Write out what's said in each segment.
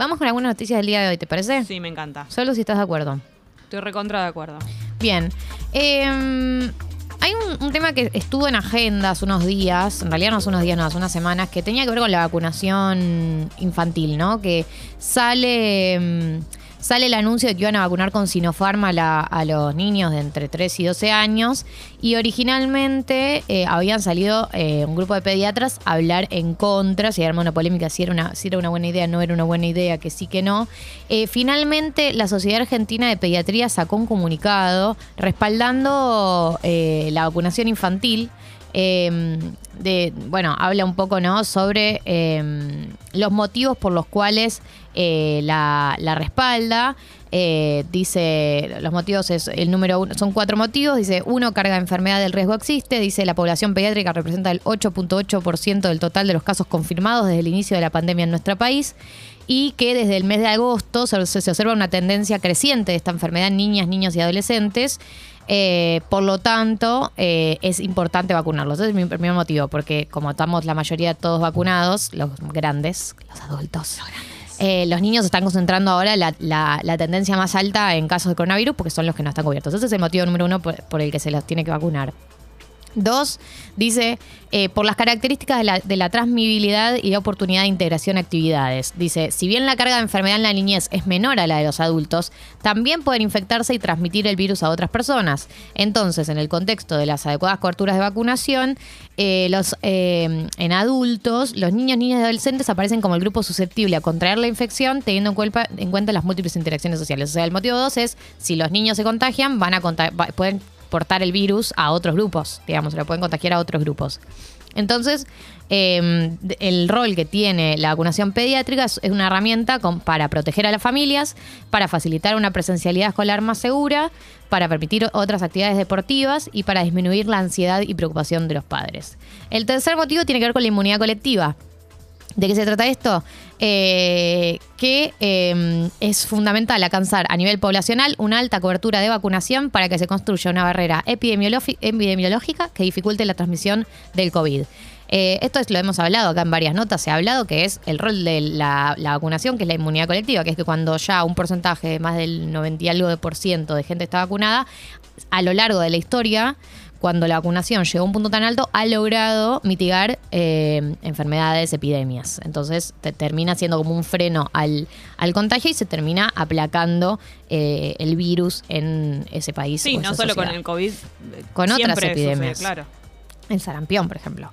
Vamos con algunas noticias del día de hoy, ¿te parece? Sí, me encanta. Solo si estás de acuerdo. Estoy recontra de acuerdo. Bien. Hay un tema que estuvo en agenda hace unos días, en realidad no hace unos días, no, hace unas semanas, que tenía que ver con la vacunación infantil, ¿no? Que sale el anuncio de que iban a vacunar con Sinopharm a los niños de entre 3 y 12 años y originalmente habían salido un grupo de pediatras a hablar en contra, se armó una polémica si era una buena idea, no era una buena idea, que sí, que no. Finalmente la Sociedad Argentina de Pediatría sacó un comunicado respaldando la vacunación infantil. Habla un poco, ¿no?, sobre los motivos por los cuales la respalda. Dice, los motivos es el número 1, son 4 motivos. Dice, 1, carga de enfermedad del riesgo existe. Dice, la población pediátrica representa el 8.8% del total de los casos confirmados desde el inicio de la pandemia en nuestro país. Y que desde el mes de agosto se observa una tendencia creciente de esta enfermedad en niñas, niños y adolescentes. Por lo tanto, es importante vacunarlos. Ese es mi primer motivo, porque como estamos la mayoría todos vacunados, los grandes, los adultos, los niños están concentrando ahora la tendencia más alta en casos de coronavirus porque son los que no están cubiertos. Ese es el motivo número 1 por el que se los tiene que vacunar. 2, dice, por las características de la transmisibilidad y la oportunidad de integración a actividades. Dice, si bien la carga de enfermedad en la niñez es menor a la de los adultos, también pueden infectarse y transmitir el virus a otras personas. Entonces, en el contexto de las adecuadas coberturas de vacunación, en adultos, los niños, niñas y adolescentes aparecen como el grupo susceptible a contraer la infección, teniendo en cuenta las múltiples interacciones sociales. O sea, el motivo 2 es, si los niños se contagian, pueden portar el virus a otros grupos, digamos, lo pueden contagiar a otros grupos. Entonces, el rol que tiene la vacunación pediátrica es una herramienta para proteger a las familias, para facilitar una presencialidad escolar más segura, para permitir otras actividades deportivas y para disminuir la ansiedad y preocupación de los padres. El tercer motivo tiene que ver con la inmunidad colectiva. ¿De qué se trata esto? Es fundamental alcanzar a nivel poblacional una alta cobertura de vacunación para que se construya una barrera epidemiológica que dificulte la transmisión del COVID. Esto lo hemos hablado acá en varias notas, se ha hablado que es el rol de la vacunación, que es la inmunidad colectiva, que es que cuando ya un porcentaje de más del 90 y algo por ciento de gente está vacunada, a lo largo de la historia, cuando la vacunación llegó a un punto tan alto, ha logrado mitigar enfermedades, epidemias. Entonces termina siendo como un freno al contagio y se termina aplacando el virus en ese país. Sí, no solo con el COVID, con otras epidemias. Sucede, claro. El sarampión, por ejemplo.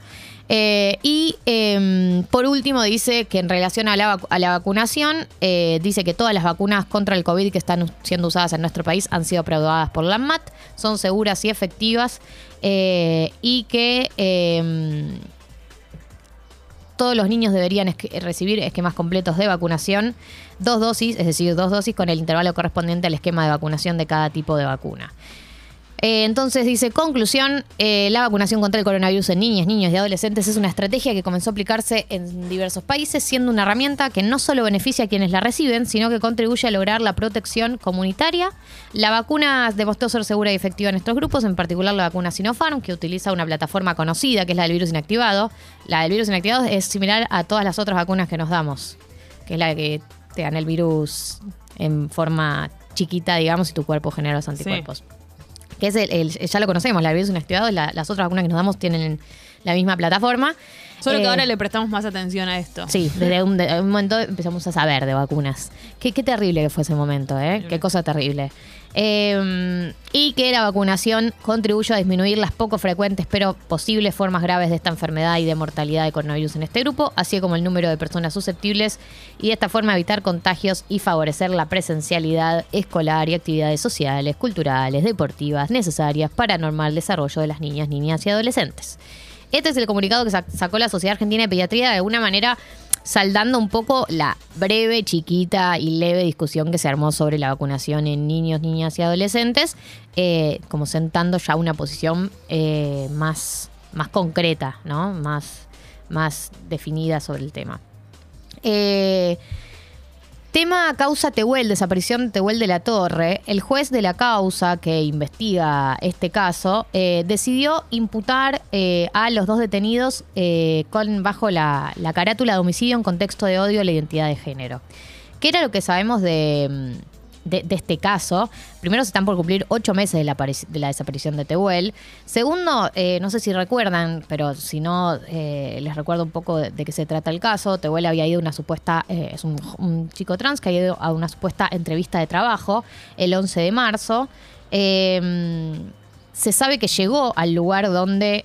Por último dice que en relación a la vacunación, dice que todas las vacunas contra el COVID que están siendo usadas en nuestro país han sido aprobadas por la ANMAT, son seguras y efectivas y que todos los niños deberían recibir esquemas completos de vacunación, 2 dosis, es decir, 2 dosis con el intervalo correspondiente al esquema de vacunación de cada tipo de vacuna. Entonces dice, conclusión, la vacunación contra el coronavirus en niñas, niños y adolescentes es una estrategia que comenzó a aplicarse en diversos países, siendo una herramienta que no solo beneficia a quienes la reciben, sino que contribuye a lograr la protección comunitaria. La vacuna demostró ser segura y efectiva en estos grupos, en particular la vacuna Sinopharm, que utiliza una plataforma conocida, que es la del virus inactivado. La del virus inactivado es similar a todas las otras vacunas que nos damos, que es la que te dan el virus en forma chiquita, digamos, y tu cuerpo genera los anticuerpos. Sí. Que es ya lo conocemos, la virus inactivado, las otras vacunas que nos damos tienen la misma plataforma. Solo que ahora le prestamos más atención a esto. Sí, desde un momento empezamos a saber de vacunas. Qué terrible que fue ese momento, ¿eh? Qué cosa terrible. Y que la vacunación contribuye a disminuir las poco frecuentes pero posibles formas graves de esta enfermedad y de mortalidad de coronavirus en este grupo, así como el número de personas susceptibles, y de esta forma evitar contagios y favorecer la presencialidad escolar y actividades sociales, culturales, deportivas necesarias para el normal desarrollo de las niñas y adolescentes. Este es el comunicado que sacó la Sociedad Argentina de Pediatría, de alguna manera saldando un poco la breve, chiquita y leve discusión que se armó sobre la vacunación en niños, niñas y adolescentes, como sentando ya una posición más concreta, ¿no? Más definida sobre el tema. Tema causa Tehuel, desaparición de Tehuel de la Torre. El juez de la causa que investiga este caso decidió imputar a los 2 detenidos bajo la carátula de homicidio en contexto de odio a la identidad de género. ¿Qué era lo que sabemos de este caso? Primero, se están por cumplir 8 meses de la desaparición de Tehuel. Segundo, no sé si recuerdan, pero si no, les recuerdo un poco de qué se trata el caso. Tehuel había ido a una supuesta, es un chico trans que había ido a una supuesta entrevista de trabajo el 11 de marzo. Se sabe que llegó al lugar donde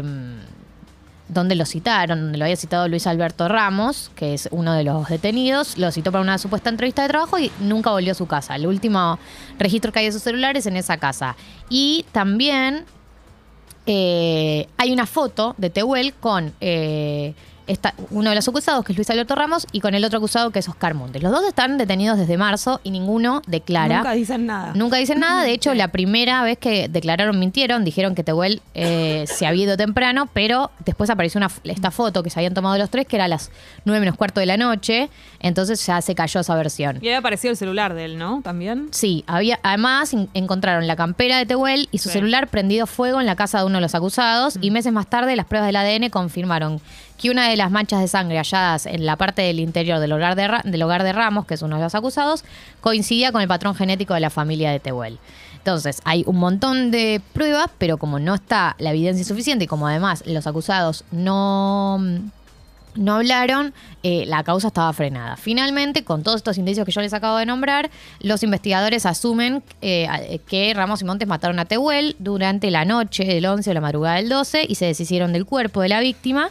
lo citaron, donde lo había citado Luis Alberto Ramos, que es uno de los detenidos. Lo citó para una supuesta entrevista de trabajo y nunca volvió a su casa. El último registro que hay de su celular es en esa casa. Y también hay una foto de Tehuel con uno de los acusados, que es Luis Alberto Ramos, y con el otro acusado, que es Oscar Montes. Los dos están detenidos desde marzo y ninguno declara. Nunca dicen nada. Nunca dicen nada. De hecho, la primera vez que declararon mintieron. Dijeron que Tehuel se había ido temprano, pero después apareció esta foto que se habían tomado los tres, que era a las 9 menos cuarto de la noche. Entonces ya se cayó esa versión. Y había aparecido el celular de él, ¿no? También. Sí, además encontraron la campera de Tehuel y su celular prendido fuego en la casa de uno de los acusados. Y meses más tarde, las pruebas del ADN confirmaron que una de las manchas de sangre halladas en la parte del interior del hogar de Ramos, que es uno de los acusados, coincidía con el patrón genético de la familia de Tehuel. Entonces, hay un montón de pruebas, pero como no está la evidencia suficiente y como además los acusados no hablaron, la causa estaba frenada. Finalmente, con todos estos indicios que yo les acabo de nombrar, los investigadores asumen que Ramos y Montes mataron a Tehuel durante la noche del 11 o la madrugada del 12 y se deshicieron del cuerpo de la víctima.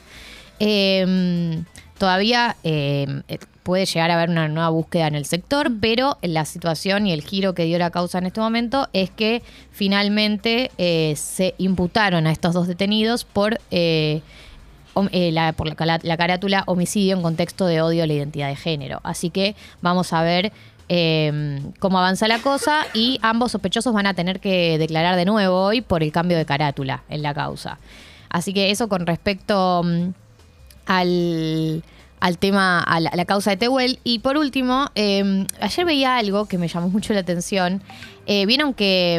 Todavía puede llegar a haber una nueva búsqueda en el sector, pero la situación y el giro que dio la causa en este momento es que finalmente se imputaron a estos dos detenidos por la carátula homicidio en contexto de odio a la identidad de género. Así que vamos a ver cómo avanza la cosa, y ambos sospechosos van a tener que declarar de nuevo hoy por el cambio de carátula en la causa. Así que eso con respecto al tema, a la causa de Tehuel. Y por último, ayer veía algo que me llamó mucho la atención. Vieron que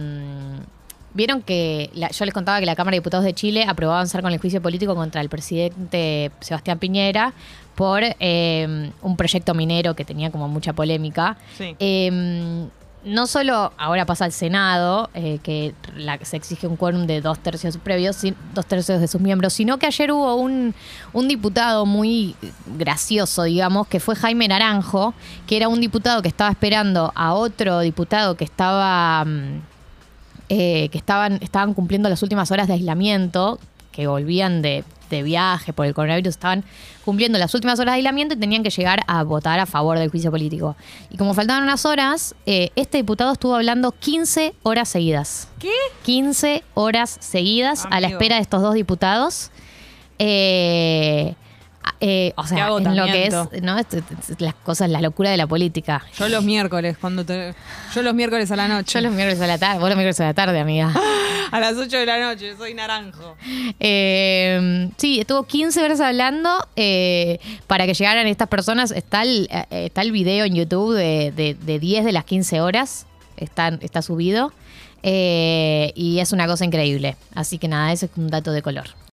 yo les contaba que la Cámara de Diputados de Chile aprobó avanzar con el juicio político contra el presidente Sebastián Piñera por un proyecto minero que tenía como mucha polémica. Sí. No solo ahora pasa al Senado, que se exige un quórum de 2/3 de sus miembros, sino que ayer hubo un diputado muy gracioso, digamos, que fue Jaime Naranjo, que era un diputado que estaba esperando a otro diputado que estaban cumpliendo las últimas horas de aislamiento, que volvían de viaje por el coronavirus, estaban cumpliendo las últimas horas de aislamiento y tenían que llegar a votar a favor del juicio político. Y como faltaban unas horas, este diputado estuvo hablando 15 horas seguidas. ¿Qué? 15 horas seguidas a la espera de estos dos diputados. O sea, en lo que es, ¿no? Las cosas, la locura de la política. Yo los miércoles, yo los miércoles a la noche. Yo los miércoles a la tarde, vos los miércoles a la tarde, amiga. A las 8 de la noche, soy naranjo. Sí, estuvo 15 horas hablando para que llegaran estas personas. Está el video en YouTube de 10 de las 15 horas. Está subido. Y es una cosa increíble. Así que nada, ese es un dato de color.